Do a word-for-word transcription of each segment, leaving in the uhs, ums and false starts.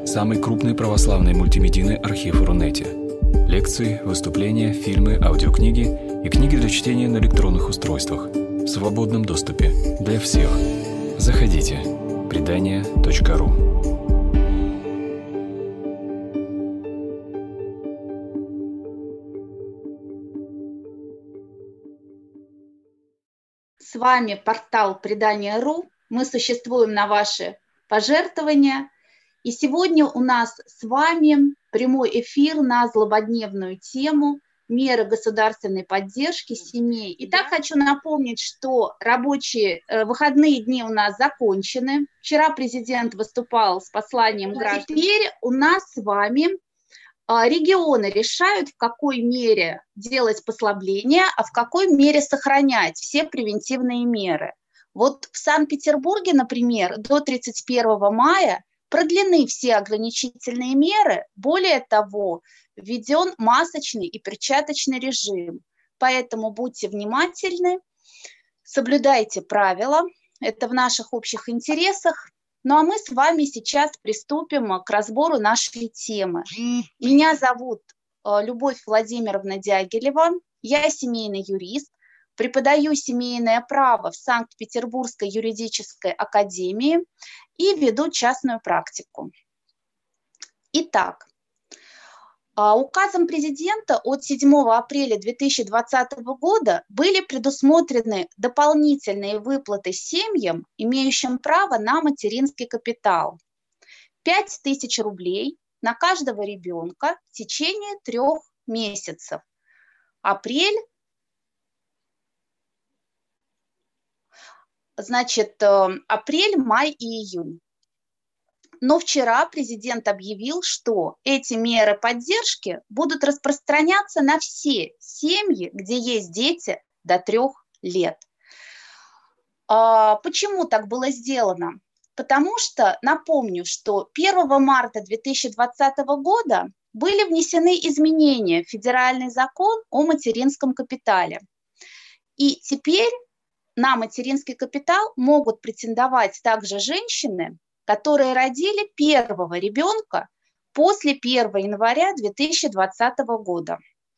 самый крупный православный мультимедийный архив Рунете. Лекции, выступления, фильмы, аудиокниги и книги для чтения на электронных устройствах в свободном доступе для всех. Заходите. предания точка ру. С вами портал предания точка ру. Мы существуем на ваши пожертвования. И сегодня у нас с вами прямой эфир на злободневную тему меры государственной поддержки семей. Итак, хочу напомнить, что рабочие э, выходные дни у нас закончены. Вчера президент выступал с посланием граждан. Теперь у нас с вами э, регионы решают, в какой мере делать послабления, а в какой мере сохранять все превентивные меры. Вот в Санкт-Петербурге, например, до тридцать первого мая продлены все ограничительные меры. Более того, введен масочный и перчаточный режим. Поэтому будьте внимательны, соблюдайте правила. Это в наших общих интересах. Ну а мы с вами сейчас приступим к разбору нашей темы. Меня зовут Любовь Владимировна Дягилева. Я семейный юрист. Преподаю семейное право в Санкт-Петербургской юридической академии и веду частную практику. Итак, указом президента от седьмого апреля две тысячи двадцатого года были предусмотрены дополнительные выплаты семьям, имеющим право на материнский капитал. пять тысяч рублей на каждого ребенка в течение трех месяцев. Апрель, значит, апрель, май и июнь. Но вчера президент объявил, что эти меры поддержки будут распространяться на все семьи, где есть дети до трех лет. А почему так было сделано? Потому что, напомню, что первого марта две тысячи двадцатого года были внесены изменения в федеральный закон о материнском капитале. И теперь на материнский капитал могут претендовать также женщины, которые родили первого ребенка после первого января две тысячи двадцатого года.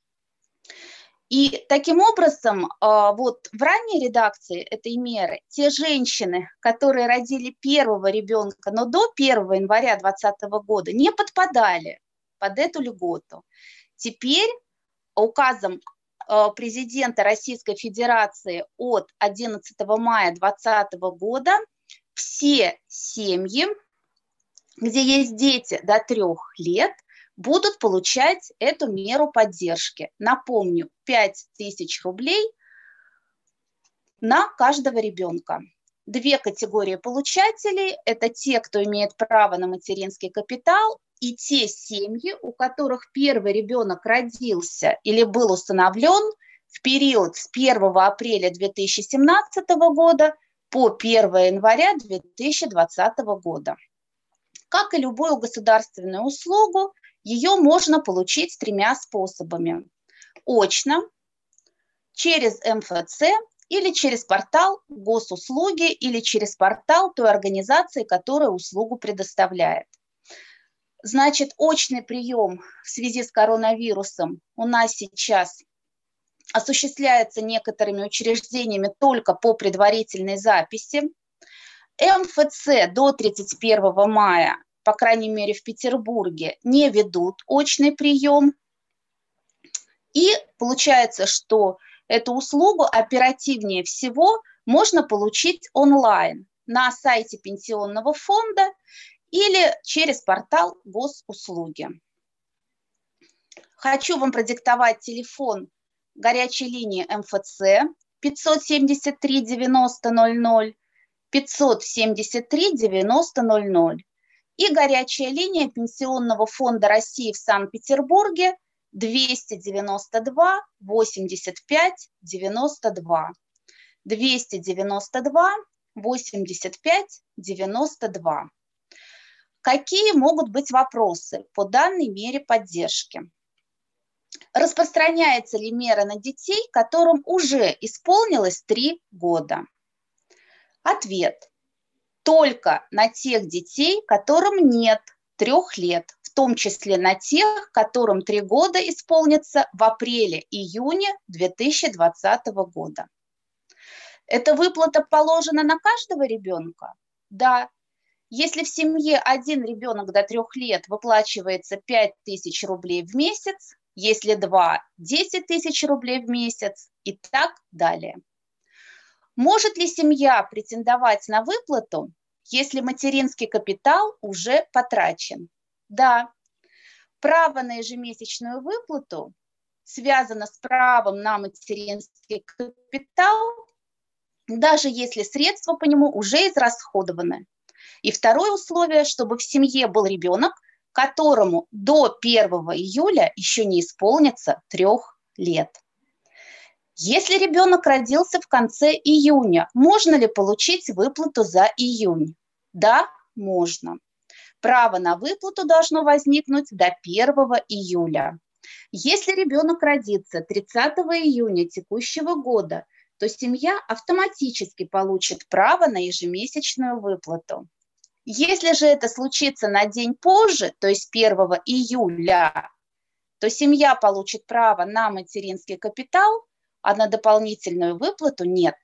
И таким образом, вот в ранней редакции этой меры те женщины, которые родили первого ребенка, но до первого января двадцатого года, не подпадали под эту льготу. Теперь указом президента Российской Федерации от одиннадцатого мая двадцатого года все семьи, где есть дети до трех лет, будут получать эту меру поддержки. Напомню, пять тысяч рублей на каждого ребенка. Две категории получателей – это те, кто имеет право на материнский капитал, и те семьи, у которых первый ребенок родился или был усыновлен в период с первого апреля две тысячи семнадцатого года по первого января две тысячи двадцатого года. Как и любую государственную услугу, ее можно получить тремя способами. Очно, через эм эф цэ или через портал госуслуги или через портал той организации, которая услугу предоставляет. Значит, очный прием в связи с коронавирусом у нас сейчас осуществляется некоторыми учреждениями только по предварительной записи. эм эф цэ до тридцать первого мая, по крайней мере в Петербурге, не ведут очный прием. И получается, что эту услугу оперативнее всего можно получить онлайн на сайте пенсионного фонда или через портал госуслуги. Хочу вам продиктовать телефон горячей линии эм эф цэ пятьсот семьдесят три девяносто ноль ноль, пятьсот семьдесят три девяносто ноль ноль и горячая линия Пенсионного фонда России в Санкт-Петербурге двести девяносто два восемьдесят пять девяносто два. двести девяносто два восемьдесят пять девяносто два. Какие могут быть вопросы по данной мере поддержки? Распространяется ли мера на детей, которым уже исполнилось три года? Ответ. Только на тех детей, которым нет трех лет, в том числе на тех, которым три года исполнится в апреле-июне две тысячи двадцатого года. Эта выплата положена на каждого ребенка? Да. Если в семье один ребенок до трех лет, выплачивается пять тысяч рублей в месяц, если два – десять тысяч рублей в месяц и так далее. Может ли семья претендовать на выплату, если материнский капитал уже потрачен? Да. Право на ежемесячную выплату связано с правом на материнский капитал, даже если средства по нему уже израсходованы. И второе условие, чтобы в семье был ребенок, которому до первого июля еще не исполнится трех лет. Если ребенок родился в конце июня, можно ли получить выплату за июнь? Да, можно. Право на выплату должно возникнуть до первого июля. Если ребенок родится тридцатого июня текущего года, то семья автоматически получит право на ежемесячную выплату. Если же это случится на день позже, то есть первого июля, то семья получит право на материнский капитал, а на дополнительную выплату нет.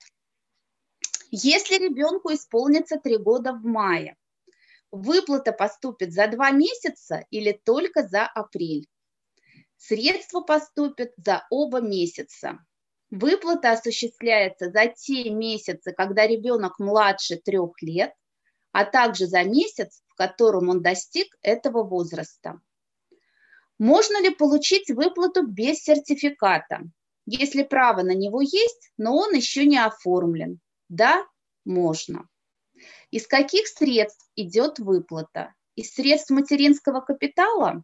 Если ребенку исполнится три года в мае, выплата поступит за два месяца или только за апрель? Средства поступят за оба месяца. Выплата осуществляется за те месяцы, когда ребенок младше трех лет, а также за месяц, в котором он достиг этого возраста. Можно ли получить выплату без сертификата, если право на него есть, но он еще не оформлен? Да, можно. Из каких средств идет выплата? Из средств материнского капитала?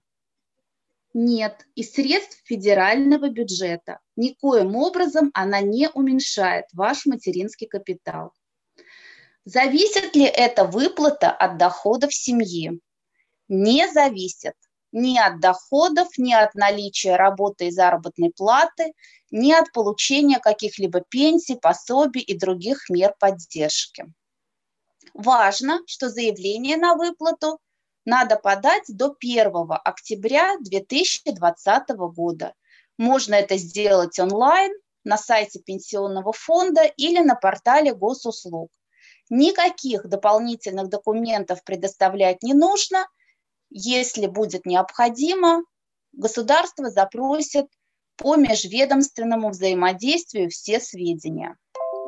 Нет, из средств федерального бюджета. Никоим образом она не уменьшает ваш материнский капитал. Зависит ли эта выплата от доходов семьи? Не зависит ни от доходов, ни от наличия работы и заработной платы, ни от получения каких-либо пенсий, пособий и других мер поддержки. Важно, что заявление на выплату надо подать до первого октября две тысячи двадцатого года. Можно это сделать онлайн, на сайте пенсионного фонда или на портале госуслуг. Никаких дополнительных документов предоставлять не нужно. Если будет необходимо, государство запросит по межведомственному взаимодействию все сведения.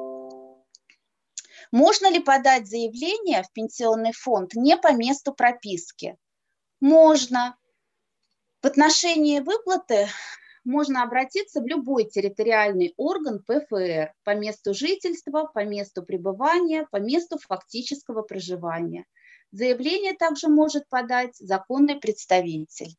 Можно ли подать заявление в пенсионный фонд не по месту прописки? Можно. В отношении выплаты можно обратиться в любой территориальный орган пэ эф эр по месту жительства, по месту пребывания, по месту фактического проживания. Заявление также может подать законный представитель.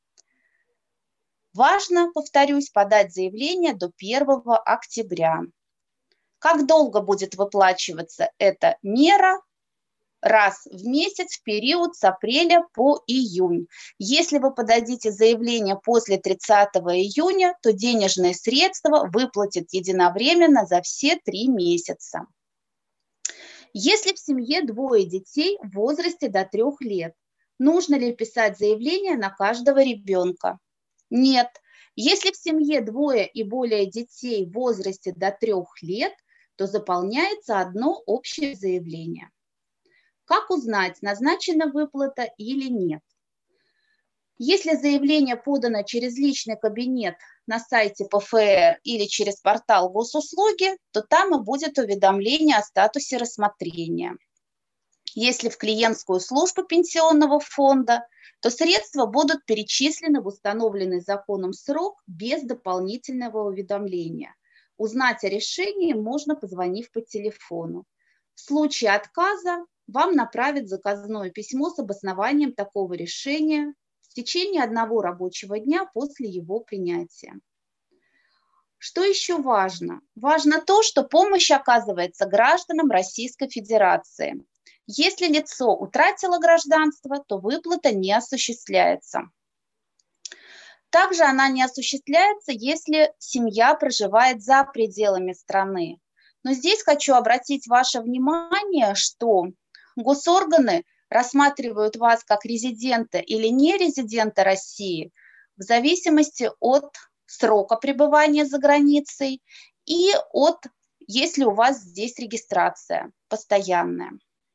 Важно, повторюсь, подать заявление до первого октября. Как долго будет выплачиваться эта мера? Раз в месяц в период с апреля по июнь. Если вы подадите заявление после тридцатого июня, то денежные средства выплатят единовременно за все три месяца. Если в семье двое детей в возрасте до трех лет, нужно ли писать заявление на каждого ребенка? Нет. Если в семье двое и более детей в возрасте до трех лет, то заполняется одно общее заявление. Как узнать, назначена выплата или нет? Если заявление подано через личный кабинет на сайте пэ эф эр или через портал госуслуги, то там и будет уведомление о статусе рассмотрения. Если в клиентскую службу пенсионного фонда, то средства будут перечислены в установленный законом срок без дополнительного уведомления. Узнать о решении можно, позвонив по телефону. В случае отказа вам направят заказное письмо с обоснованием такого решения в течение одного рабочего дня после его принятия. Что еще важно? Важно то, что помощь оказывается гражданам Российской Федерации. Если лицо утратило гражданство, то выплата не осуществляется. Также она не осуществляется, если семья проживает за пределами страны. Но здесь хочу обратить ваше внимание, что госорганы рассматривают вас как резидента или нерезидента России в зависимости от срока пребывания за границей и от, если у вас здесь регистрация постоянная.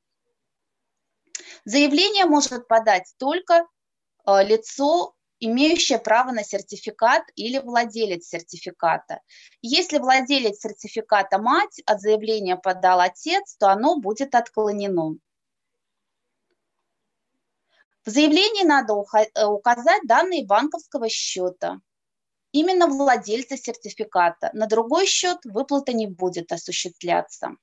Заявление может подать только э, лицо, имеющее право на сертификат или владелец сертификата. Если владелец сертификата мать, а заявление подал отец, то оно будет отклонено. В заявлении надо указать данные банковского счета, именно владельца сертификата. На другой счет выплата не будет осуществляться.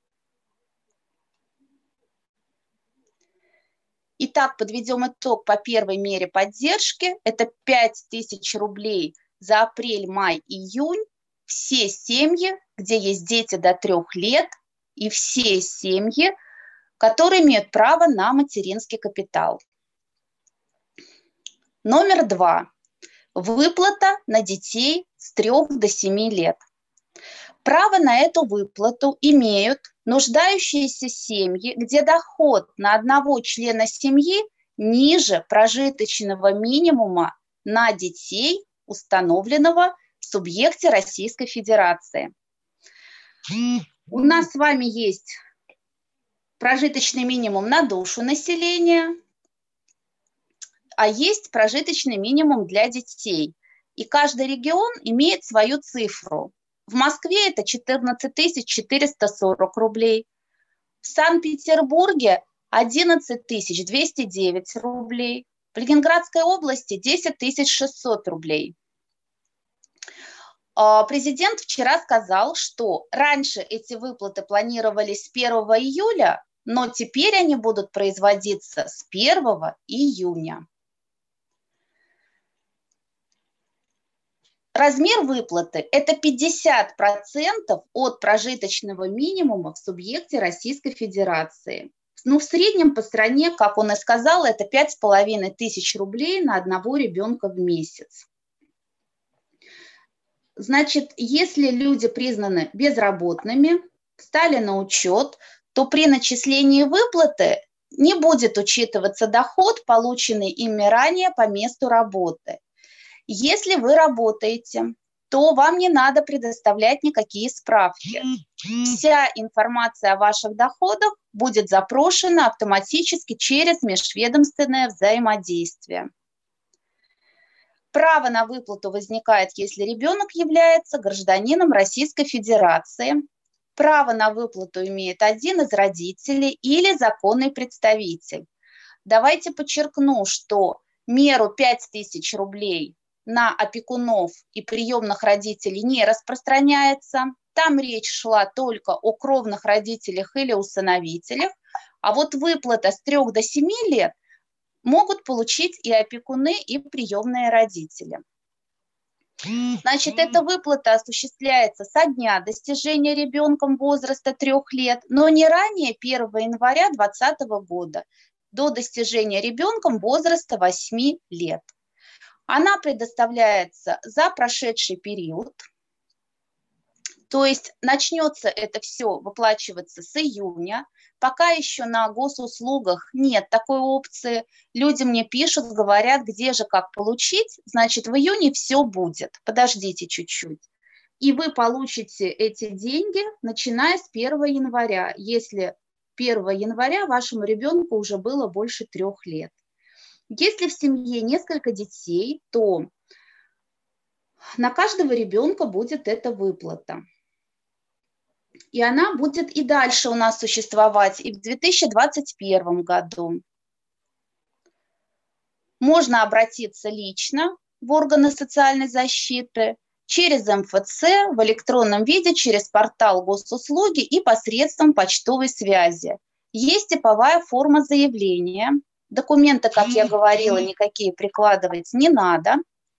Итак, подведем итог по первой мере поддержки. Это пять тысяч рублей за апрель, май, июнь. Все семьи, где есть дети до трех лет, и все семьи, которые имеют право на материнский капитал. Номер два. Выплата на детей с трёх до семи лет. Право на эту выплату имеют нуждающиеся семьи, где доход на одного члена семьи ниже прожиточного минимума на детей, установленного в субъекте Российской Федерации. У нас с вами есть прожиточный минимум на душу населения, а есть прожиточный минимум для детей. И каждый регион имеет свою цифру. В Москве это четырнадцать тысяч четыреста сорок рублей, в Санкт-Петербурге одиннадцать тысяч двести девять рублей, в Ленинградской области десять тысяч шестьсот рублей. Президент вчера сказал, что раньше эти выплаты планировались с первого июля, но теперь они будут производиться с первого июня. Размер выплаты – это пятьдесят процентов от прожиточного минимума в субъекте Российской Федерации. Ну, в среднем по стране, как он и сказал, это пять с половиной тысяч рублей на одного ребенка в месяц. Значит, если люди признаны безработными, встали на учет, то при начислении выплаты не будет учитываться доход, полученный ими ранее по месту работы. Если вы работаете, то вам не надо предоставлять никакие справки. Вся информация о ваших доходах будет запрошена автоматически через межведомственное взаимодействие. Право на выплату возникает, если ребенок является гражданином Российской Федерации. Право на выплату имеет один из родителей или законный представитель. Давайте подчеркну, что меру пять тысяч рублей на опекунов и приемных родителей не распространяется. Там речь шла только о кровных родителях или усыновителях, а вот выплата с трёх до семи лет могут получить и опекуны, и приемные родители. Значит, эта выплата осуществляется со дня достижения ребенком возраста трех лет, но не ранее первого января две тысячи двадцатого года, до достижения ребенком возраста восьми лет. Она предоставляется за прошедший период, то есть начнется это все выплачиваться с июня. Пока еще на госуслугах нет такой опции. Люди мне пишут, говорят, где же, как получить. Значит, в июне все будет. Подождите чуть-чуть. И вы получите эти деньги, начиная с первого января, если первого января вашему ребенку уже было больше трех лет. Если в семье несколько детей, то на каждого ребенка будет эта выплата. И она будет и дальше у нас существовать, и в две тысячи двадцать первом году. Можно обратиться лично в органы социальной защиты, через эм эф цэ, в электронном виде, через портал госуслуги и посредством почтовой связи. Есть типовая форма заявления. Документы, как я говорила, никакие прикладывать не надо.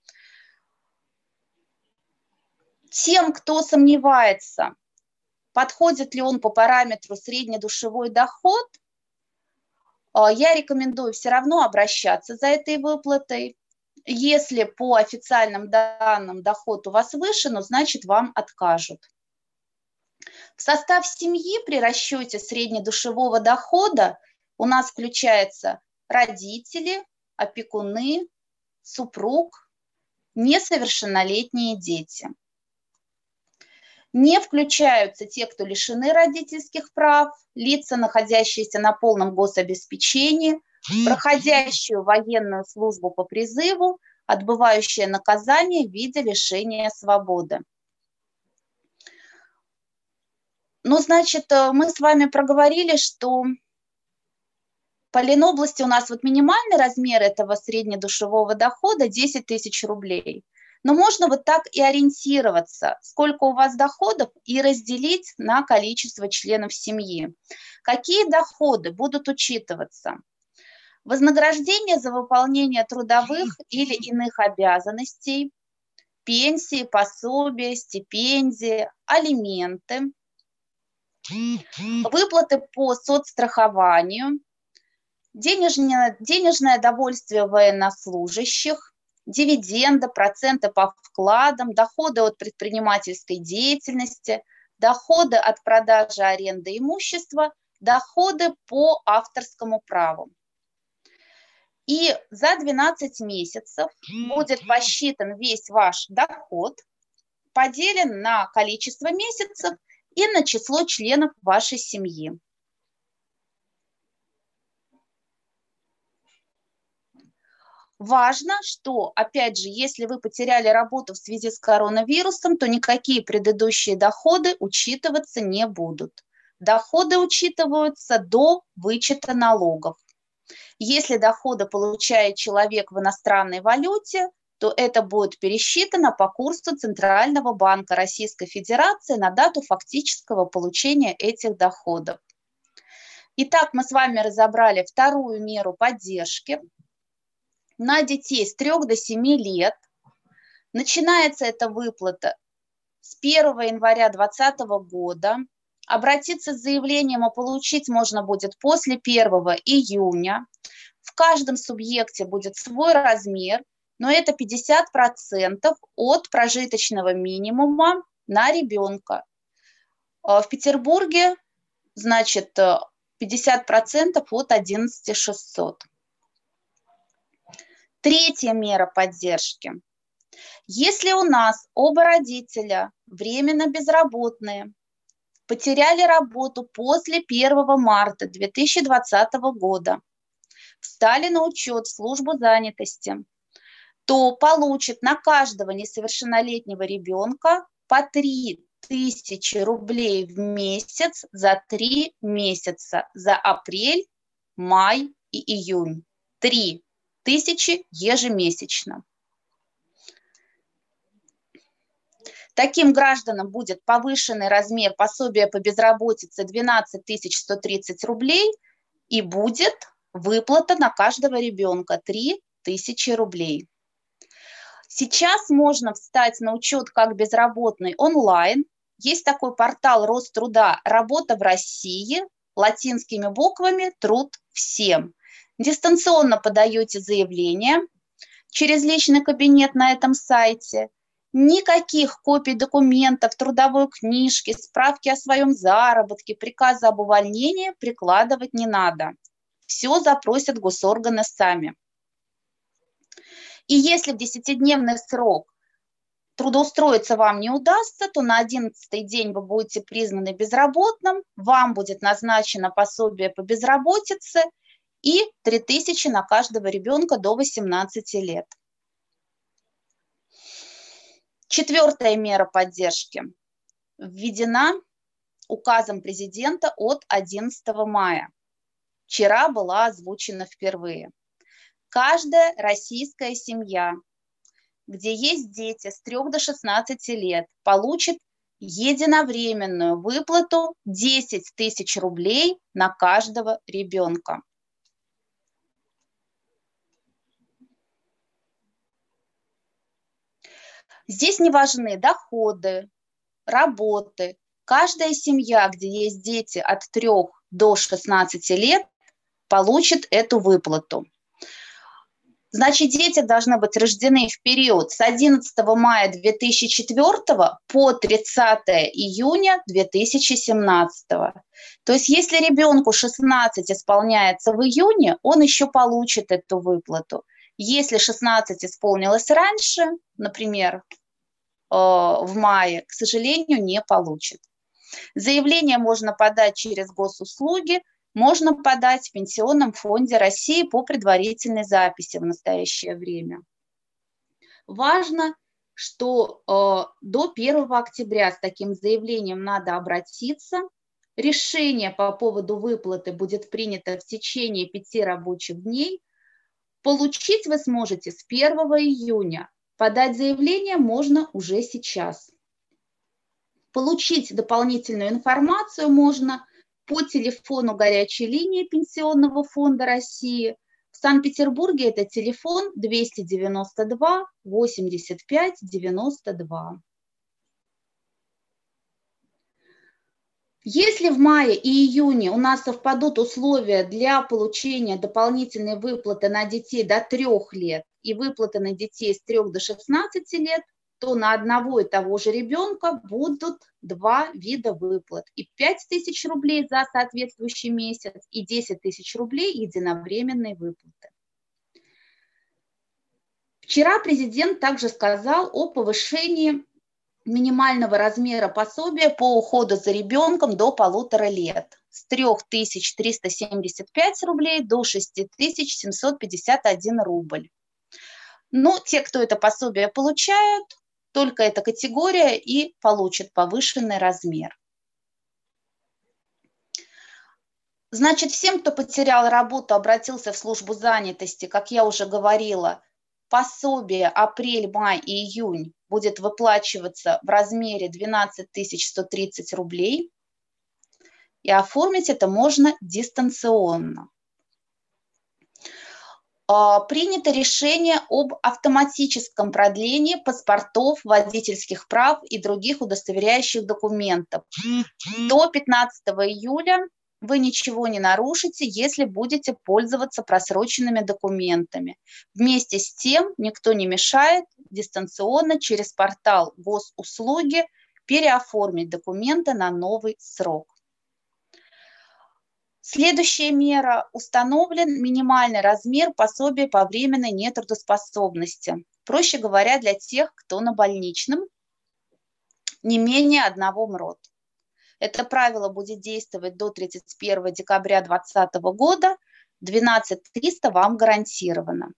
Тем, кто сомневается, подходит ли он по параметру среднедушевой доход, я рекомендую все равно обращаться за этой выплатой. Если по официальным данным доход у вас выше, ну, значит, вам откажут. В состав семьи при расчете среднедушевого дохода у нас включаются родители, опекуны, супруг, несовершеннолетние дети. Не включаются те, кто лишены родительских прав, лица, находящиеся на полном гособеспечении, проходящие военную службу по призыву, отбывающие наказание в виде лишения свободы. Ну, значит, мы с вами проговорили, что по Ленобласти у нас вот минимальный размер этого среднедушевого дохода десять тысяч рублей. Но можно вот так и ориентироваться, сколько у вас доходов, и разделить на количество членов семьи. Какие доходы будут учитываться? Вознаграждение за выполнение трудовых или иных обязанностей, пенсии, пособия, стипендии, алименты, выплаты по соцстрахованию, денежное, денежное довольствие военнослужащих, дивиденды, проценты по вкладам, доходы от предпринимательской деятельности, доходы от продажи аренды имущества, доходы по авторскому праву. И за двенадцать месяцев будет посчитан весь ваш доход, поделен на количество месяцев и на число членов вашей семьи. Важно, что, опять же, если вы потеряли работу в связи с коронавирусом, то никакие предыдущие доходы учитываться не будут. Доходы учитываются до вычета налогов. Если доходы получает человек в иностранной валюте, то это будет пересчитано по курсу Центрального банка Российской Федерации на дату фактического получения этих доходов. Итак, мы с вами разобрали вторую меру поддержки на детей с трёх до семи лет. Начинается эта выплата с первого января две тысячи двадцатого года. Обратиться с заявлением и получить можно будет после первого июня. В каждом субъекте будет свой размер, но это пятьдесят процентов от прожиточного минимума на ребенка. В Петербурге, значит, пятьдесят процентов от одиннадцати тысяч шестисот. Третья мера поддержки. Если у нас оба родителя временно безработные, потеряли работу после первого марта две тысячи двадцатого года, встали на учет в службу занятости, то получат на каждого несовершеннолетнего ребенка по три тысячи рублей в месяц за три месяца, за апрель, май и июнь. три тысячи ежемесячно. Таким гражданам будет повышенный размер пособия по безработице двенадцать тысяч сто тридцать рублей и будет выплата на каждого ребенка три тысячи рублей. Сейчас можно встать на учет как безработный онлайн. Есть такой портал Роструда «Работа в России», латинскими буквами «Труд всем». Дистанционно подаете заявление через личный кабинет на этом сайте. Никаких копий документов, трудовой книжки, справки о своем заработке, приказа об увольнении прикладывать не надо. Все запросят госорганы сами. И если в десятидневный срок трудоустроиться вам не удастся, то на одиннадцатый день вы будете признаны безработным, вам будет назначено пособие по безработице и три тысячи на каждого ребенка до восемнадцати лет. Четвертая мера поддержки введена указом президента от одиннадцатого мая. Вчера была озвучена впервые. Каждая российская семья, где есть дети с трёх до шестнадцати лет, получит единовременную выплату десять тысяч рублей на каждого ребенка. Здесь не важны доходы, работы. Каждая семья, где есть дети от трёх до шестнадцати лет, получит эту выплату. Значит, дети должны быть рождены в период с одиннадцатого мая две тысячи четвёртого по тридцатое июня две тысячи семнадцатого. То есть если ребенку шестнадцать исполняется в июне, он еще получит эту выплату. Если шестнадцать исполнилось раньше, например, в мае, к сожалению, не получит. Заявление можно подать через госуслуги, можно подать в Пенсионном фонде России по предварительной записи в настоящее время. Важно, что э, до первого октября с таким заявлением надо обратиться. Решение по поводу выплаты будет принято в течение пяти рабочих дней. Получить вы сможете с первого июня. Подать заявление можно уже сейчас. Получить дополнительную информацию можно по телефону горячей линии Пенсионного фонда России. В Санкт-Петербурге это телефон двести девяносто два восемьдесят пять девяносто два. Если в мае и июне у нас совпадут условия для получения дополнительной выплаты на детей до трёх лет и выплаты на детей с трёх до шестнадцати лет, то на одного и того же ребенка будут два вида выплат. И пять тысяч рублей за соответствующий месяц, и десять тысяч рублей единовременной выплаты. Вчера президент также сказал о повышении минимального размера пособия по уходу за ребенком до полутора лет с трёх тысяч триста семьдесят пять рублей до шести тысяч семьсот пятьдесят один рубль. Но те, кто это пособие получают, только эта категория и получит повышенный размер. Значит, всем, кто потерял работу, обратился в службу занятости, как я уже говорила, пособие апрель, май и июнь будет выплачиваться в размере двенадцать тысяч сто тридцать рублей. И оформить это можно дистанционно. Принято решение об автоматическом продлении паспортов, водительских прав и других удостоверяющих документов. До пятнадцатого июля вы ничего не нарушите, если будете пользоваться просроченными документами. Вместе с тем никто не мешает дистанционно через портал госуслуги переоформить документы на новый срок. Следующая мера. Установлен минимальный размер пособия по временной нетрудоспособности. Проще говоря, для тех, кто на больничном, не менее одного МРОТ. Это правило будет действовать до тридцать первого декабря две тысячи двадцатого года. двенадцать тысяч триста вам гарантировано.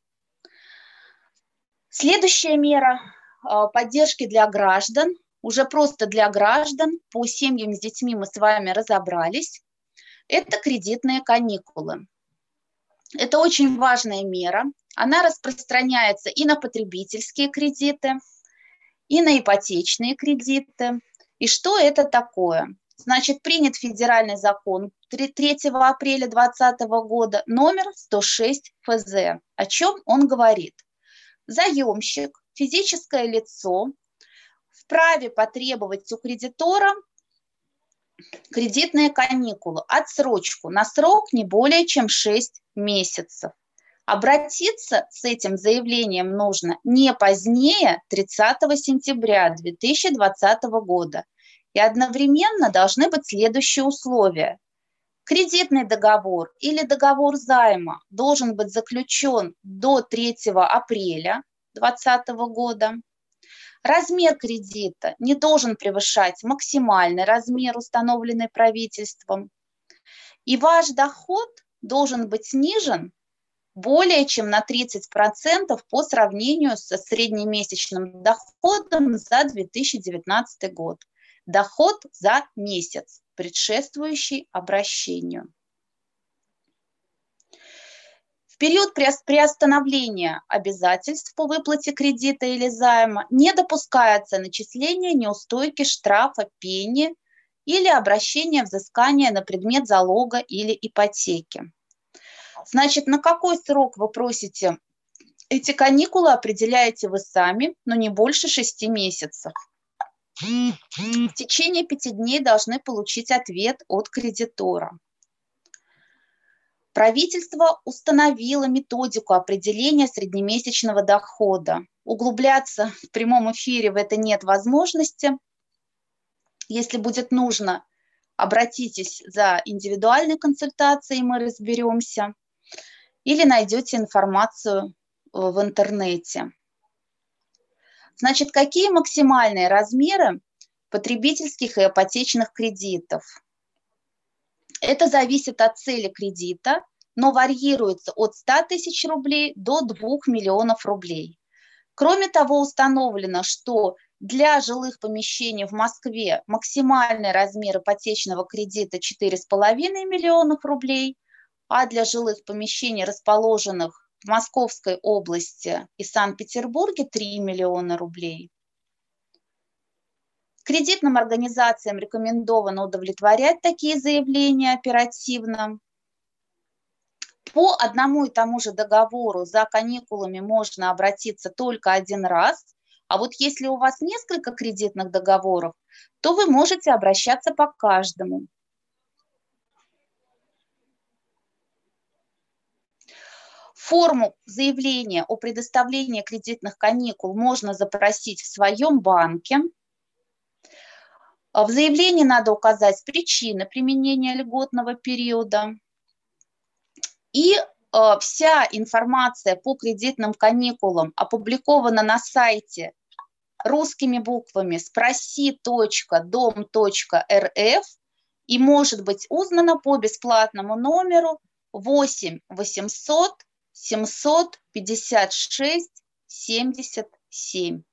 Следующая мера поддержки для граждан. Уже просто для граждан. По семьям с детьми мы с вами разобрались. Это кредитные каникулы. Это очень важная мера. Она распространяется и на потребительские кредиты, и на ипотечные кредиты. И что это такое? Значит, принят федеральный закон третьего апреля две тысячи двадцатого года номер сто шесть эф зэ. О чем он говорит? Заемщик, физическое лицо, вправе потребовать у кредитора кредитные каникулы, отсрочку на срок не более чем шесть месяцев. Обратиться с этим заявлением нужно не позднее тридцатого сентября две тысячи двадцатого года. И одновременно должны быть следующие условия. Кредитный договор или договор займа должен быть заключен до третьего апреля две тысячи двадцатого года. Размер кредита не должен превышать максимальный размер, установленный правительством. И ваш доход должен быть снижен более чем на тридцать процентов по сравнению со среднемесячным доходом за две тысячи девятнадцатый год. Доход за месяц, предшествующий обращению. В период приостановления обязательств по выплате кредита или займа не допускается начисление неустойки, штрафа, пени или обращение взыскания на предмет залога или ипотеки. Значит, на какой срок вы просите эти каникулы, определяете вы сами, но не больше шести месяцев. В течение пяти дней должны получить ответ от кредитора. Правительство установило методику определения среднемесячного дохода. Углубляться в прямом эфире в это нет возможности. Если будет нужно, обратитесь за индивидуальной консультацией, мы разберемся, или найдете информацию в интернете. Значит, какие максимальные размеры потребительских и ипотечных кредитов? Это зависит от цели кредита, но варьируется от ста тысяч рублей до двух миллионов рублей. Кроме того, установлено, что для жилых помещений в Москве максимальный размер ипотечного кредита четыре с половиной миллионов рублей, а для жилых помещений, расположенных в Московской области и Санкт-Петербурге, три миллиона рублей. Кредитным организациям рекомендовано удовлетворять такие заявления оперативно. По одному и тому же договору за каникулами можно обратиться только один раз, а вот если у вас несколько кредитных договоров, то вы можете обращаться по каждому. Форму заявления о предоставлении кредитных каникул можно запросить в своем банке. В заявлении надо указать причины применения льготного периода. И э, вся информация по кредитным каникулам опубликована на сайте русскими буквами спроси точка дом точка эр эф и может быть узнана по бесплатному номеру восемь восемьсот семьсот пятьдесят шесть семьдесят семь.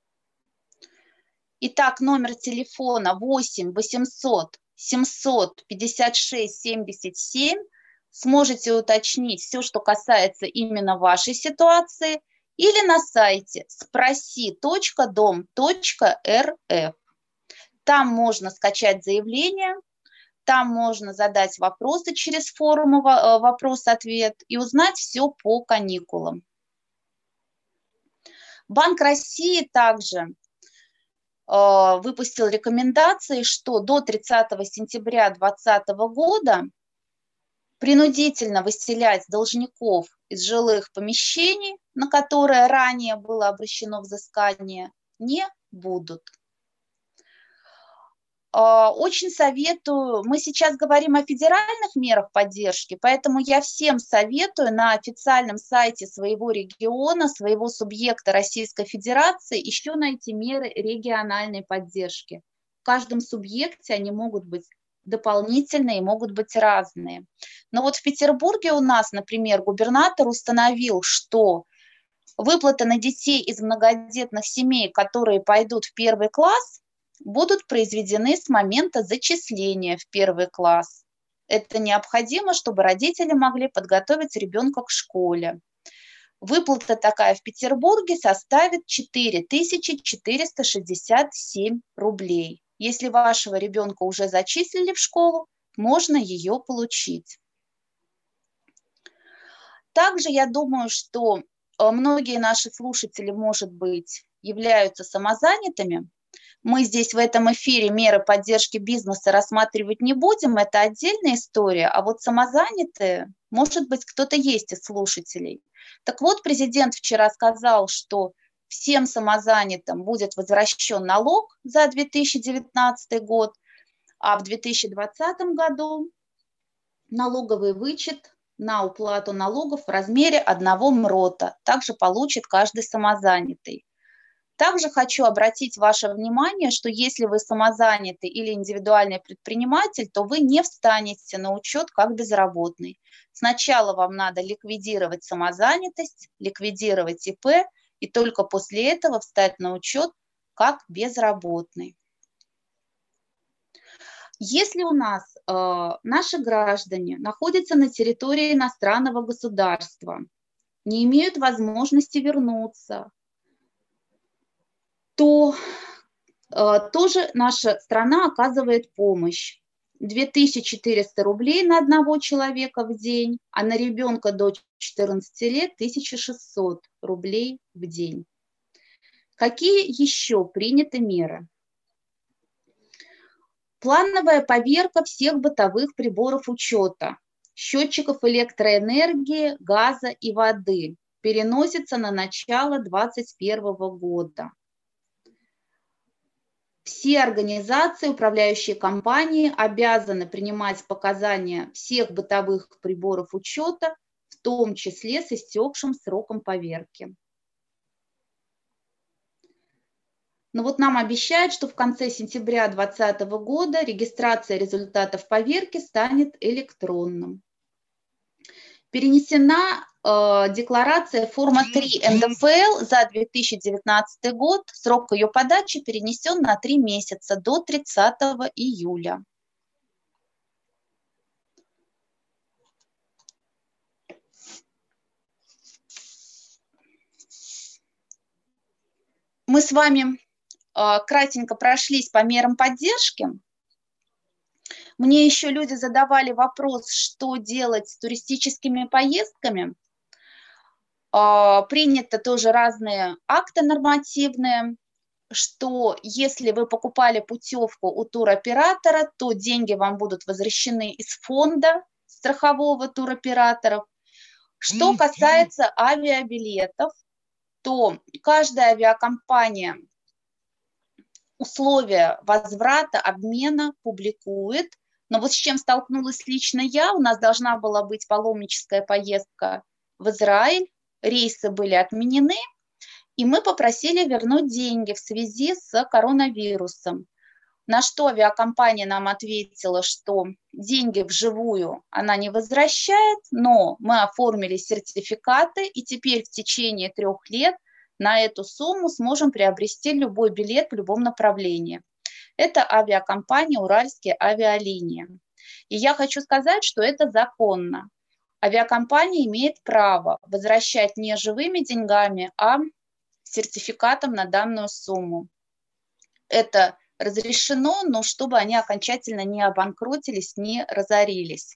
Итак, номер телефона восемь восемьсот семьсот пятьдесят шесть семьдесят семь. Сможете уточнить все, что касается именно вашей ситуации, или на сайте спроси точка дом точка эр эф. Там можно скачать заявление, там можно задать вопросы через форму вопрос-ответ и узнать все по каникулам. Банк России также выпустил рекомендации, что до тридцатого сентября две тысячи двадцатого года принудительно выселять должников из жилых помещений, на которые ранее было обращено взыскание, не будут. Очень советую, мы сейчас говорим о федеральных мерах поддержки, поэтому я всем советую на официальном сайте своего региона, своего субъекта Российской Федерации еще найти меры региональной поддержки. В каждом субъекте они могут быть дополнительные, могут быть разные. Но вот в Петербурге у нас, например, губернатор установил, что выплаты на детей из многодетных семей, которые пойдут в первый класс, будут произведены с момента зачисления в первый класс. Это необходимо, чтобы родители могли подготовить ребенка к школе. Выплата такая в Петербурге составит четыре тысячи четыреста шестьдесят семь рублей. Если вашего ребенка уже зачислили в школу, можно ее получить. Также я думаю, что многие наши слушатели, может быть, являются самозанятыми. Мы здесь в этом эфире меры поддержки бизнеса рассматривать не будем, это отдельная история, а вот самозанятые, может быть, кто-то есть из слушателей. Так вот, президент вчера сказал, что всем самозанятым будет возвращен налог за две тысячи девятнадцатый год, а в две тысячи двадцатом году налоговый вычет на уплату налогов в размере одного МРОТа также получит каждый самозанятый. Также хочу обратить ваше внимание, что если вы самозанятый или индивидуальный предприниматель, то вы не встанете на учет как безработный. Сначала вам надо ликвидировать самозанятость, ликвидировать ИП, и только после этого встать на учет как безработный. Если у нас э, наши граждане находятся на территории иностранного государства, не имеют возможности вернуться, то э, тоже наша страна оказывает помощь. две тысячи четыреста рублей на одного человека в день, а на ребенка до четырнадцати лет тысяча шестьсот рублей в день. Какие еще приняты меры? Плановая поверка всех бытовых приборов учета. счетчиков электроэнергии, газа и воды переносится на начало две тысячи двадцать первого года. Все организации, управляющие компании обязаны принимать показания всех бытовых приборов учета, в том числе с истекшим сроком поверки. Но вот нам обещают, что в конце сентября две тысячи двадцатого года регистрация результатов поверки станет электронным. Перенесена э, декларация форма три эн дэ эф эл за две тысячи девятнадцатый год. Срок ее подачи перенесен на три месяца до тридцатого июля. Мы с вами э, кратенько прошлись по мерам поддержки. Мне еще люди задавали вопрос, что делать с туристическими поездками. Приняты тоже разные акты нормативные, что если вы покупали путевку у туроператора, то деньги вам будут возвращены из фонда страхового туроператоров. Что касается авиабилетов, то каждая авиакомпания условия возврата, обмена публикует. Но вот с чем столкнулась лично я, у нас должна была быть паломническая поездка в Израиль, рейсы были отменены, и мы попросили вернуть деньги в связи с коронавирусом. На что авиакомпания нам ответила, что деньги вживую она не возвращает, но мы оформили сертификаты, и теперь в течение трех лет на эту сумму сможем приобрести любой билет в любом направлении. Это авиакомпания «Уральские авиалинии». И я хочу сказать, что это законно. Авиакомпания имеет право возвращать не живыми деньгами, а сертификатом на данную сумму. Это разрешено, но чтобы они окончательно не обанкротились, не разорились.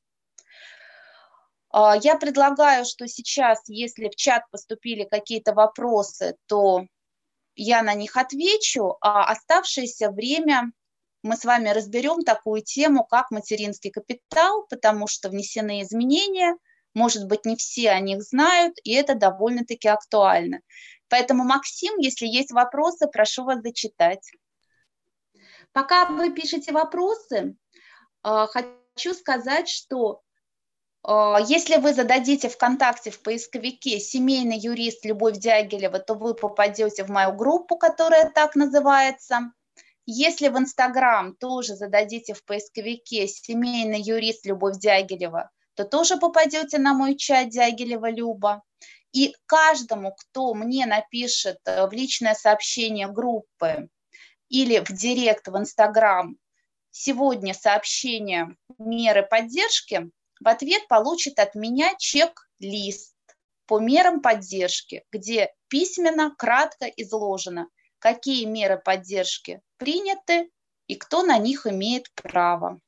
Я предлагаю, что сейчас, если в чат поступили какие-то вопросы, то я на них отвечу, а оставшееся время мы с вами разберем такую тему, как материнский капитал, потому что внесены изменения, может быть, не все о них знают, и это довольно-таки актуально. Поэтому, Максим, если есть вопросы, прошу вас зачитать. Пока вы пишете вопросы, хочу сказать, что если вы зададите ВКонтакте в поисковике «Семейный юрист Любовь Дягилева», то вы попадете в мою группу, которая так называется. Если в Инстаграм тоже зададите в поисковике «Семейный юрист Любовь Дягилева», то тоже попадете на мой чат Дягилева Люба. И каждому, кто мне напишет в личное сообщение группы или в директ в Инстаграм сегодня сообщение меры поддержки, в ответ получит от меня чек-лист по мерам поддержки, где письменно, кратко изложено, какие меры поддержки приняты и кто на них имеет право.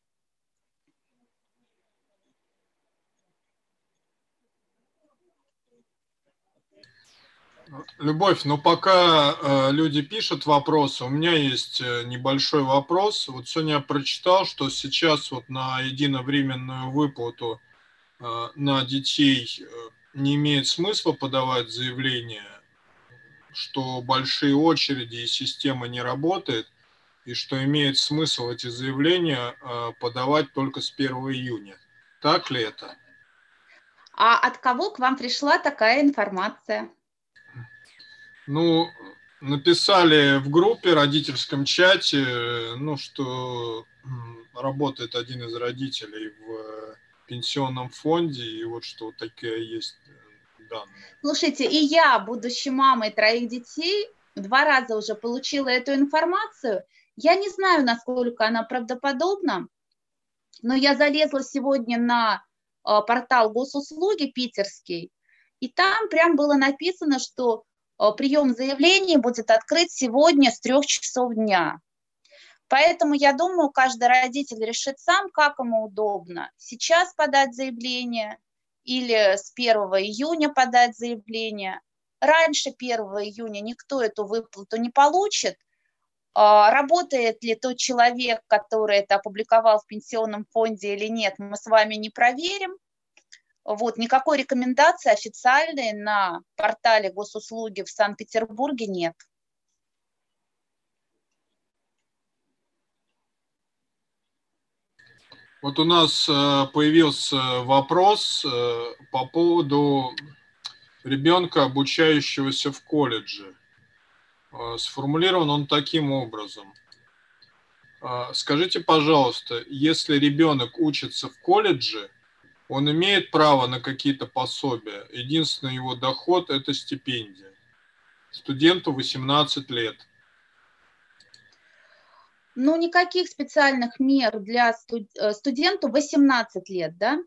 Любовь, ну пока э, люди пишут вопросы, у меня есть э, небольшой вопрос. Вот сегодня я прочитал, что сейчас вот на единовременную выплату э, на детей э, не имеет смысла подавать заявление, что большие очереди и система не работает, и что имеет смысл эти заявления э, подавать только с первого июня. Так ли это? А от кого к вам пришла такая информация? Ну, написали в группе, родительском чате, ну, что работает один из родителей в пенсионном фонде, и вот что вот такие есть данные. Слушайте, и я, будучи мамой троих детей, два раза уже получила эту информацию. Я не знаю, насколько она правдоподобна, но я залезла сегодня на портал госуслуги питерский, и там прям было написано, что прием заявлений будет открыт сегодня с трех часов дня. Поэтому я думаю, каждый родитель решит сам, как ему удобно. Сейчас подать заявление или с первого июня подать заявление. Раньше первого июня никто эту выплату не получит. Работает ли тот человек, который это опубликовал в пенсионном фонде или нет, мы с вами не проверим. Вот, никакой рекомендации официальной на портале госуслуги в Санкт-Петербурге нет. Вот у нас появился вопрос по поводу ребенка, обучающегося в колледже. Сформулирован он таким образом. Скажите, пожалуйста, если ребенок учится в колледже, он имеет право на какие-то пособия? Единственный его доход – это стипендия. Студенту восемнадцать лет. Ну, никаких специальных мер для студ... студенту восемнадцать лет, да?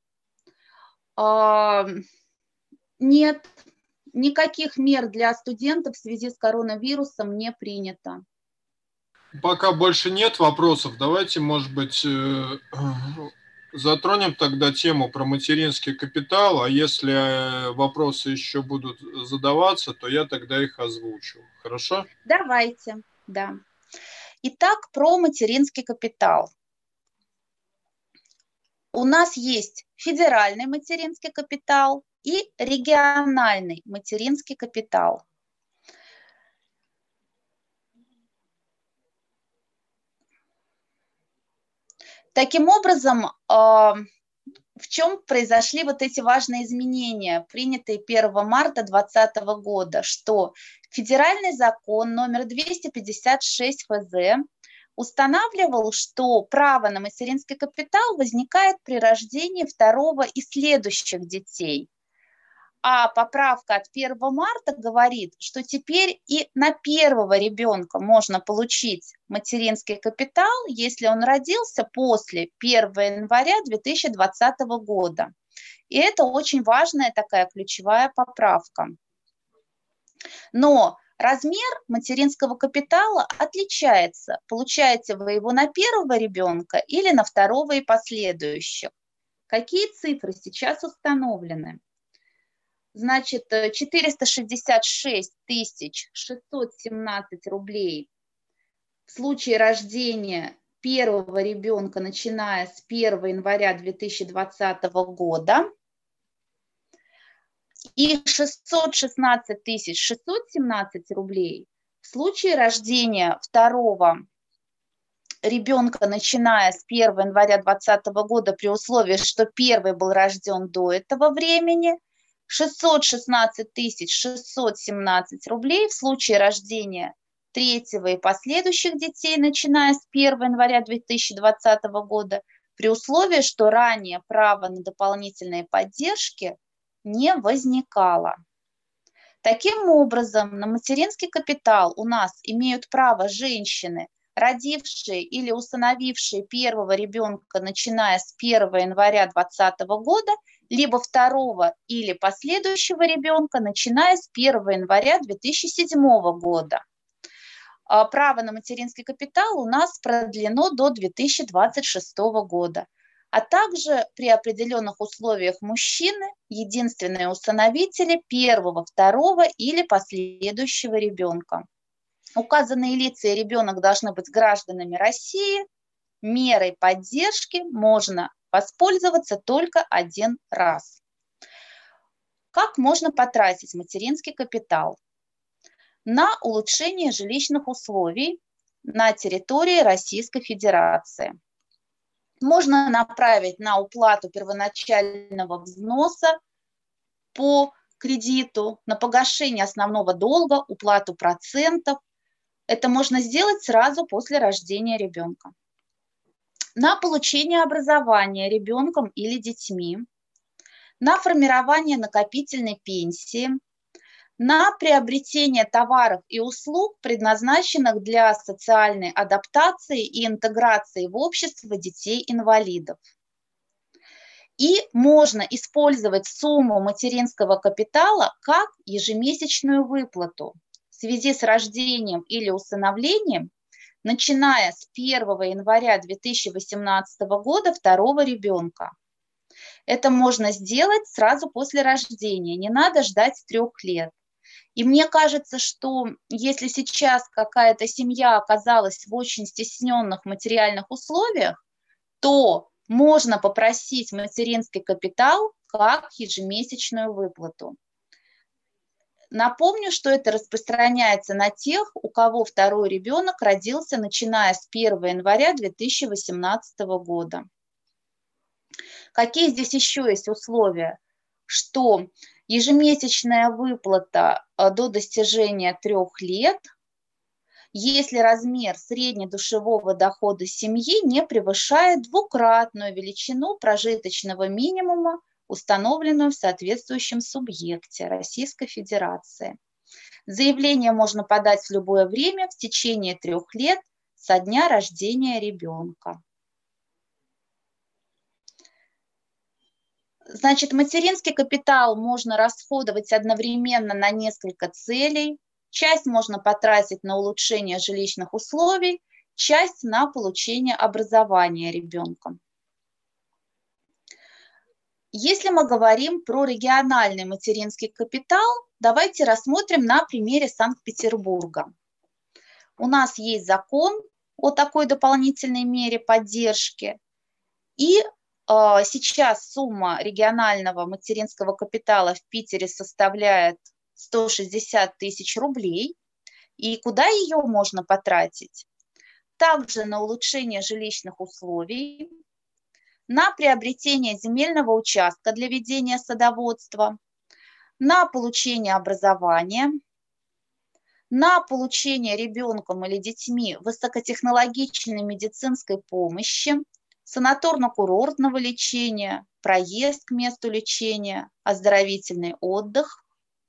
А, нет, никаких мер для студентов в связи с коронавирусом не принято. Пока больше нет вопросов, давайте, может быть, затронем тогда тему про материнский капитал, а если вопросы еще будут задаваться, то я тогда их озвучу. Хорошо? Давайте, да. Итак, про материнский капитал. У нас есть федеральный материнский капитал и региональный материнский капитал. Таким образом, в чем произошли вот эти важные изменения, принятые первого марта две тысячи двадцатого года, что федеральный закон номер двести пятьдесят шесть эф зэ устанавливал, что право на материнский капитал возникает при рождении второго и следующих детей. А поправка от первого марта говорит, что теперь и на первого ребенка можно получить материнский капитал, если он родился после первого января две тысячи двадцатого года. И это очень важная такая ключевая поправка. Но размер материнского капитала отличается. Получаете вы его на первого ребенка или на второго и последующих. Какие цифры сейчас установлены? Значит, четыреста шестьдесят шесть тысяч шестьсот семнадцать рублей в случае рождения первого ребенка, начиная с первого января две тысячи двадцатого года, и шестьсот шестнадцать тысяч шестьсот семнадцать рублей в случае рождения второго ребенка, начиная с первого января две тысячи двадцатого года, при условии, что первый был рожден до этого времени, шестьсот шестнадцать тысяч шестьсот семнадцать рублей в случае рождения третьего и последующих детей, начиная с первого января две тысячи двадцатого года, при условии, что ранее право на дополнительные поддержки не возникало. Таким образом, на материнский капитал у нас имеют право женщины, родившие или усыновившие первого ребенка, начиная с первого января двадцатого года, либо второго или последующего ребенка, начиная с первого января две тысячи седьмого года. Право на материнский капитал у нас продлено до две тысячи двадцать шестого года, а также при определенных условиях мужчины, единственные усыновители первого, второго или последующего ребенка. Указанные лица и ребенок должны быть гражданами России. Мерой поддержки можно воспользоваться только один раз. Как можно потратить материнский капитал? На улучшение жилищных условий на территории Российской Федерации. Можно направить на уплату первоначального взноса по кредиту, на погашение основного долга, уплату процентов. Это можно сделать сразу после рождения ребенка. На получение образования ребенком или детьми, на формирование накопительной пенсии, на приобретение товаров и услуг, предназначенных для социальной адаптации и интеграции в общество детей-инвалидов. И можно использовать сумму материнского капитала как ежемесячную выплату в связи с рождением или усыновлением, начиная с первого января две тысячи восемнадцатого года второго ребенка. Это можно сделать сразу после рождения, не надо ждать трех лет. И мне кажется, что если сейчас какая-то семья оказалась в очень стесненных материальных условиях, то можно попросить материнский капитал как ежемесячную выплату. Напомню, что это распространяется на тех, у кого второй ребенок родился, начиная с первого января две тысячи восемнадцатого года. Какие здесь еще есть условия? Что ежемесячная выплата до достижения трех лет, если размер среднедушевого дохода семьи не превышает двукратную величину прожиточного минимума, установленную в соответствующем субъекте Российской Федерации. Заявление можно подать в любое время в течение трех лет со дня рождения ребенка. Значит, материнский капитал можно расходовать одновременно на несколько целей. Часть можно потратить на улучшение жилищных условий, часть на получение образования ребенка. Если мы говорим про региональный материнский капитал, давайте рассмотрим на примере Санкт-Петербурга. У нас есть закон о такой дополнительной мере поддержки, и э, сейчас сумма регионального материнского капитала в Питере составляет сто шестьдесят тысяч рублей. И куда ее можно потратить? Также на улучшение жилищных условий, на приобретение земельного участка для ведения садоводства, на получение образования, на получение ребенком или детьми высокотехнологичной медицинской помощи, санаторно-курортного лечения, проезд к месту лечения, оздоровительный отдых,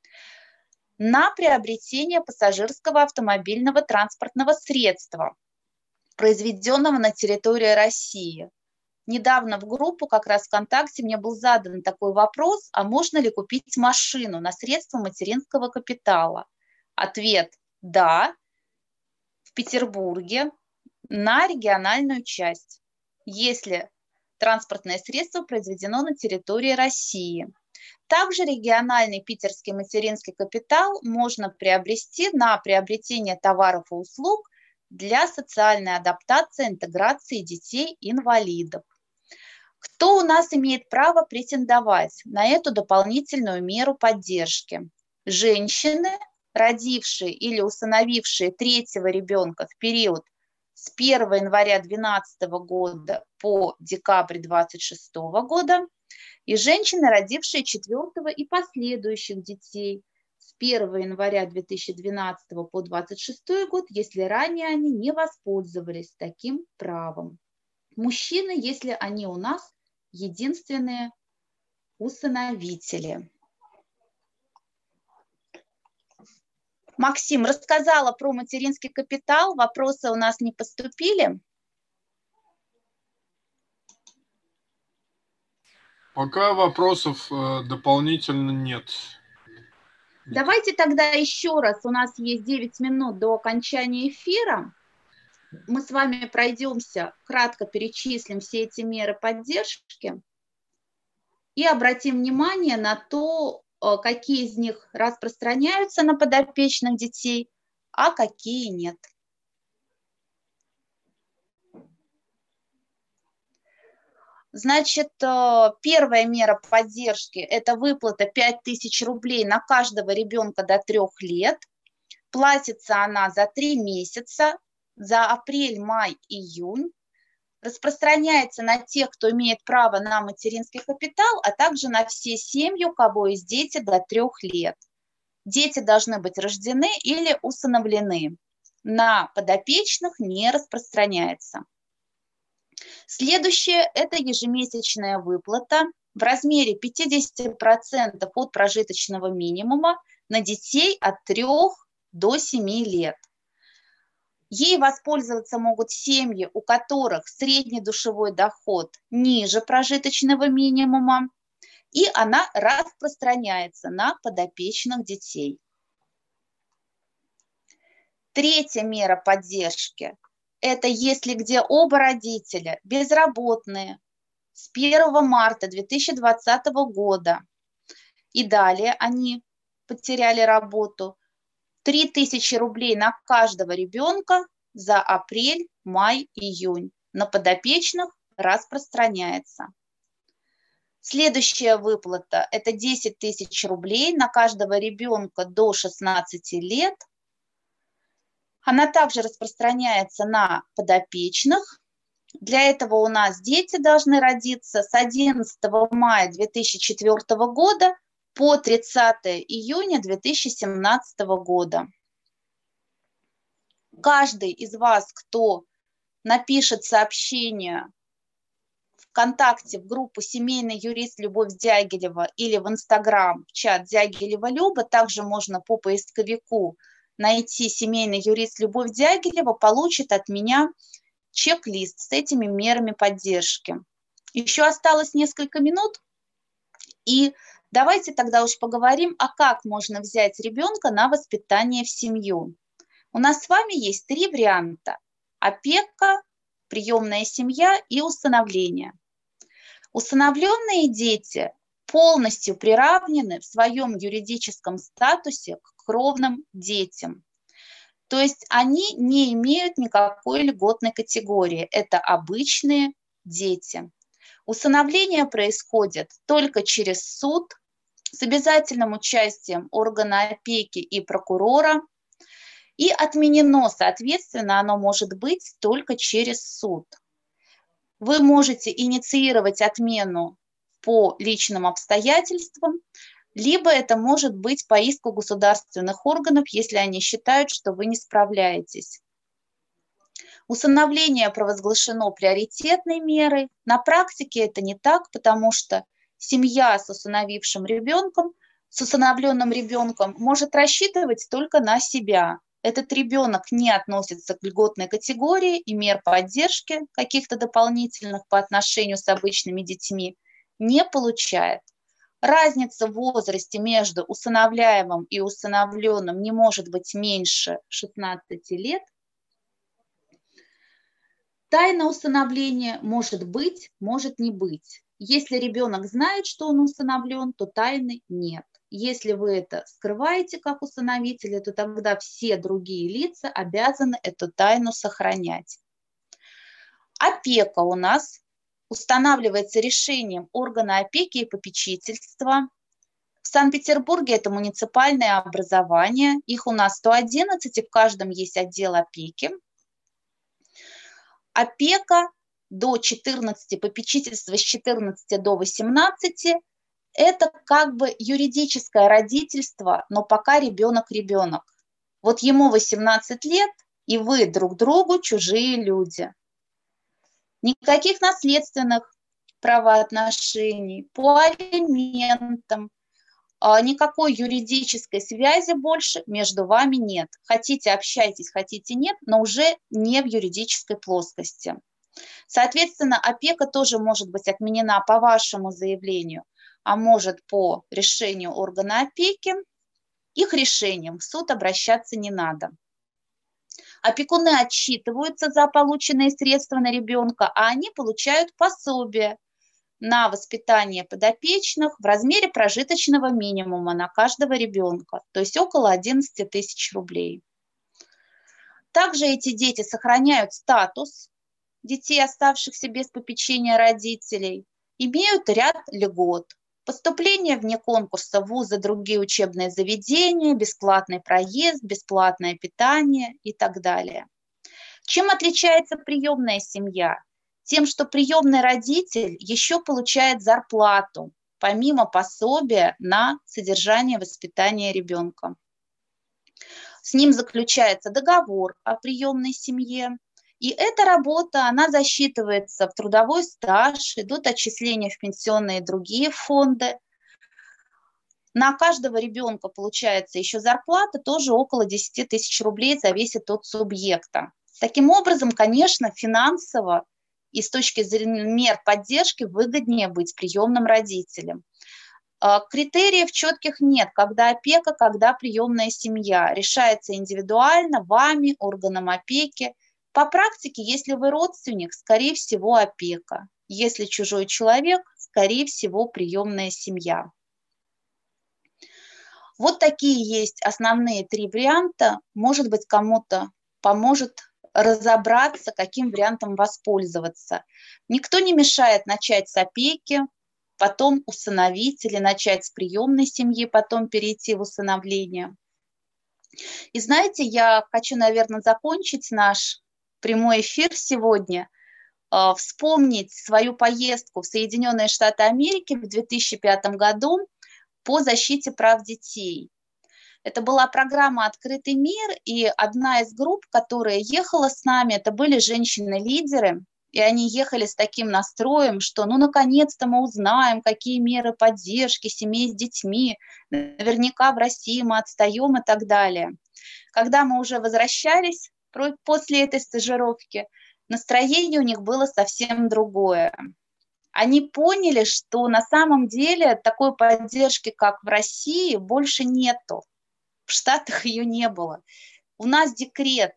на приобретение пассажирского автомобильного транспортного средства, произведенного на территории России. Недавно в группу, как раз ВКонтакте, мне был задан такой вопрос, а можно ли купить машину на средства материнского капитала? Ответ – да, в Петербурге на региональную часть, если транспортное средство произведено на территории России. Также региональный питерский материнский капитал можно приобрести на приобретение товаров и услуг для социальной адаптации, интеграции детей-инвалидов. Кто у нас имеет право претендовать на эту дополнительную меру поддержки? Женщины, родившие или усыновившие третьего ребенка в период с первого января две тысячи двенадцатого года по декабрь две тысячи двадцать шестого года, и женщины, родившие четвертого и последующих детей с первого января две тысячи двенадцатого по двадцать шестой год, если ранее они не воспользовались таким правом. Мужчины, если они у нас единственные усыновители. Максим, рассказала про материнский капитал, вопросы у нас не поступили? Пока вопросов э, дополнительно нет. Давайте тогда еще раз, у нас есть девять минут до окончания эфира. Мы с вами пройдемся, кратко перечислим все эти меры поддержки и обратим внимание на то, какие из них распространяются на подопечных детей, а какие нет. Значит, первая мера поддержки – это выплата пять тысяч рублей на каждого ребенка до трех лет. Платится она за три месяца, за апрель, май, июнь. Распространяется на тех, кто имеет право на материнский капитал, а также на все семьи, у кого есть дети до трех лет. Дети должны быть рождены или усыновлены. На подопечных не распространяется. Следующее – это ежемесячная выплата в размере пятьдесят процентов от прожиточного минимума на детей от трёх до семи лет. Ей воспользоваться могут семьи, у которых средний душевой доход ниже прожиточного минимума, и она распространяется на подопечных детей. Третья мера поддержки – это если где оба родителя безработные с первого марта две тысячи двадцатого года и далее они потеряли работу, три тысячи рублей на каждого ребенка за апрель, май, июнь. На подопечных распространяется. Следующая выплата – это десять тысяч рублей на каждого ребенка до шестнадцати лет. Она также распространяется на подопечных. Для этого у нас дети должны родиться с одиннадцатого мая две тысячи четвёртого года по тридцатое июня две тысячи семнадцатого года. Каждый из вас, кто напишет сообщение ВКонтакте в группу «Семейный юрист Любовь Дягилева» или в Инстаграм в чат Дягилева Люба, также можно по поисковику найти «Семейный юрист Любовь Дягилева», получит от меня чек-лист с этими мерами поддержки. Еще осталось несколько минут, и давайте тогда уж поговорим, а как можно взять ребенка на воспитание в семью. У нас с вами есть три варианта: опека, приемная семья и усыновление. Усыновленные дети полностью приравнены в своем юридическом статусе к кровным детям. То есть они не имеют никакой льготной категории. Это обычные дети. Усыновление происходит только через суд с обязательным участием органа опеки и прокурора. И отменено, соответственно, оно может быть только через суд. Вы можете инициировать отмену по личным обстоятельствам, либо это может быть по иску государственных органов, если они считают, что вы не справляетесь. Усыновление провозглашено приоритетной мерой. На практике это не так, потому что семья с усыновившим ребенком, с усыновленным ребенком может рассчитывать только на себя. Этот ребенок не относится к льготной категории, и мер поддержки каких-то дополнительных по отношению с обычными детьми не получает. Разница в возрасте между усыновляемым и усыновленным не может быть меньше шестнадцати лет. Тайна усыновления может быть, может не быть. Если ребенок знает, что он усыновлен, то тайны нет. Если вы это скрываете как усыновители, то тогда все другие лица обязаны эту тайну сохранять. Опека у нас устанавливается решением органа опеки и попечительства. В Санкт-Петербурге это муниципальное образование. Их у нас сто одиннадцать, и в каждом есть отдел опеки. Опека до четырнадцати, попечительство с четырнадцати до восемнадцати. Это как бы юридическое родительство, но пока ребенок-ребенок. Вот ему восемнадцать лет, и вы друг другу чужие люди. Никаких наследственных правоотношений, по алиментам, никакой юридической связи больше между вами нет. Хотите – общайтесь, хотите – нет, но уже не в юридической плоскости. Соответственно, опека тоже может быть отменена по вашему заявлению, а может по решению органа опеки. Их решением в суд обращаться не надо. Опекуны отчитываются за полученные средства на ребенка, а они получают пособие на воспитание подопечных в размере прожиточного минимума на каждого ребенка, то есть около одиннадцати тысяч рублей. Также эти дети сохраняют статус детей, оставшихся без попечения родителей, имеют ряд льгот. Поступление вне конкурса в вузы, другие учебные заведения, бесплатный проезд, бесплатное питание и так далее. Чем отличается приемная семья? Тем, что приемный родитель еще получает зарплату, помимо пособия на содержание и воспитание ребенка. С ним заключается договор о приемной семье. И эта работа, она засчитывается в трудовой стаж, идут отчисления в пенсионные и другие фонды. На каждого ребенка получается еще зарплата, тоже около десяти тысяч рублей, зависит от субъекта. Таким образом, конечно, финансово и с точки зрения мер поддержки выгоднее быть приемным родителем. Критериев четких нет, когда опека, когда приемная семья. Решается индивидуально, вами, органом опеки. По практике, если вы родственник, скорее всего, опека. Если чужой человек, скорее всего, приемная семья. Вот такие есть основные три варианта. Может быть, кому-то поможет разобраться, каким вариантом воспользоваться. Никто не мешает начать с опеки, потом усыновить или начать с приемной семьи, потом перейти в усыновление. И знаете, я хочу, наверное, закончить наш прямой эфир сегодня, э, вспомнить свою поездку в Соединенные Штаты Америки в две тысячи пятом году по защите прав детей. Это была программа «Открытый мир», и одна из групп, которая ехала с нами, это были женщины-лидеры, и они ехали с таким настроем, что ну наконец-то мы узнаем, какие меры поддержки семей с детьми, наверняка в России мы отстаем и так далее. Когда мы уже возвращались после этой стажировки, настроение у них было совсем другое. Они поняли, что на самом деле такой поддержки, как в России, больше нету. В Штатах ее не было. У нас декрет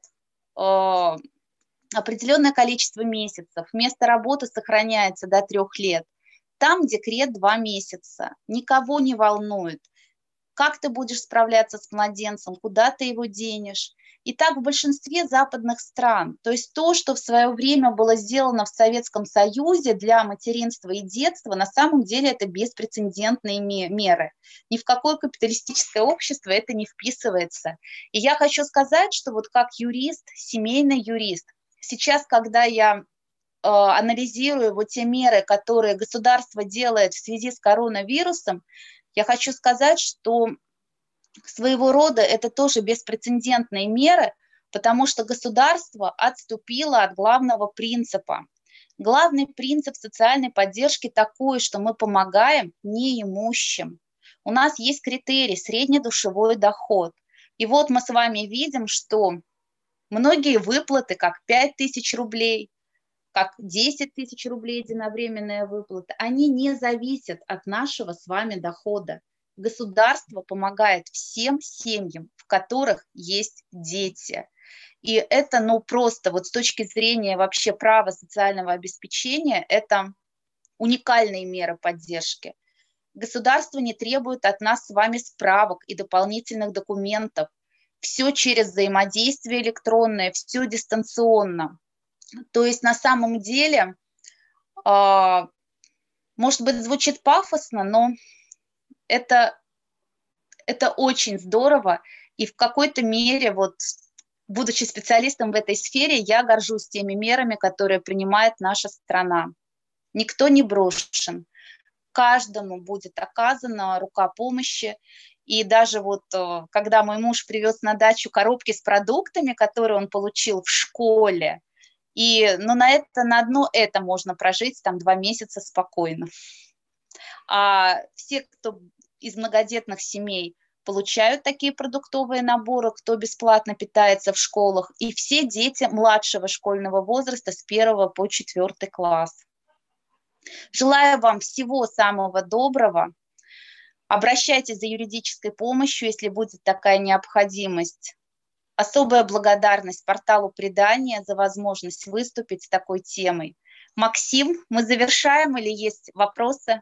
э, определенное количество месяцев, место работы сохраняется до трех лет. Там декрет два месяца. Никого не волнует, как ты будешь справляться с младенцем, куда ты его денешь. И так в большинстве западных стран. То есть то, что в свое время было сделано в Советском Союзе для материнства и детства, на самом деле это беспрецедентные меры. Ни в какое капиталистическое общество это не вписывается. И я хочу сказать, что вот как юрист, семейный юрист, сейчас, когда я э, анализирую вот те меры, которые государство делает в связи с коронавирусом, я хочу сказать, что своего рода это тоже беспрецедентные меры, потому что государство отступило от главного принципа. Главный принцип социальной поддержки такой, что мы помогаем неимущим. У нас есть критерий среднедушевой доход. И вот мы с вами видим, что многие выплаты, как пять тысяч рублей, как десять тысяч рублей единовременная выплата, они не зависят от нашего с вами дохода. Государство помогает всем семьям, в которых есть дети. И это, ну, просто вот с точки зрения вообще права социального обеспечения, это уникальные меры поддержки. Государство не требует от нас с вами справок и дополнительных документов. Все через взаимодействие электронное, все дистанционно. То есть на самом деле, э, может быть, звучит пафосно, но это, это очень здорово. И в какой-то мере, вот, будучи специалистом в этой сфере, я горжусь теми мерами, которые принимает наша страна. Никто не брошен. Каждому будет оказана рука помощи. И даже вот когда мой муж привез на дачу коробки с продуктами, которые он получил в школе, и ну, на, это, на одно это можно прожить там два месяца спокойно. А все, кто из многодетных семей, получают такие продуктовые наборы, кто бесплатно питается в школах, и все дети младшего школьного возраста с первого по четвертый класс. Желаю вам всего самого доброго. Обращайтесь за юридической помощью, если будет такая необходимость. Особая благодарность порталу «Предание» за возможность выступить с такой темой. Максим, мы завершаем или есть вопросы?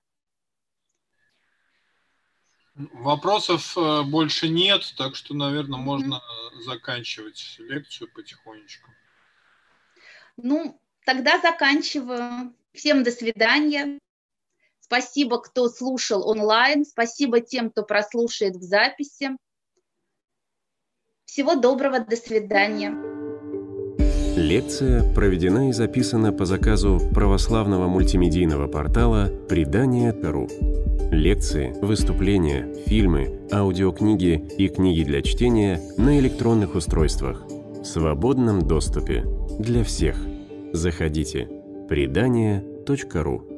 Вопросов больше нет, так что, наверное, можно mm-hmm. заканчивать лекцию потихонечку. Ну, тогда заканчиваю. Всем до свидания. Спасибо, кто слушал онлайн. Спасибо тем, кто прослушает в записи. Всего доброго, до свидания. Лекция проведена и записана по заказу православного мультимедийного портала предание точка ру. Лекции, выступления, фильмы, аудиокниги и книги для чтения на электронных устройствах в свободном доступе для всех. Заходите предание точка ру.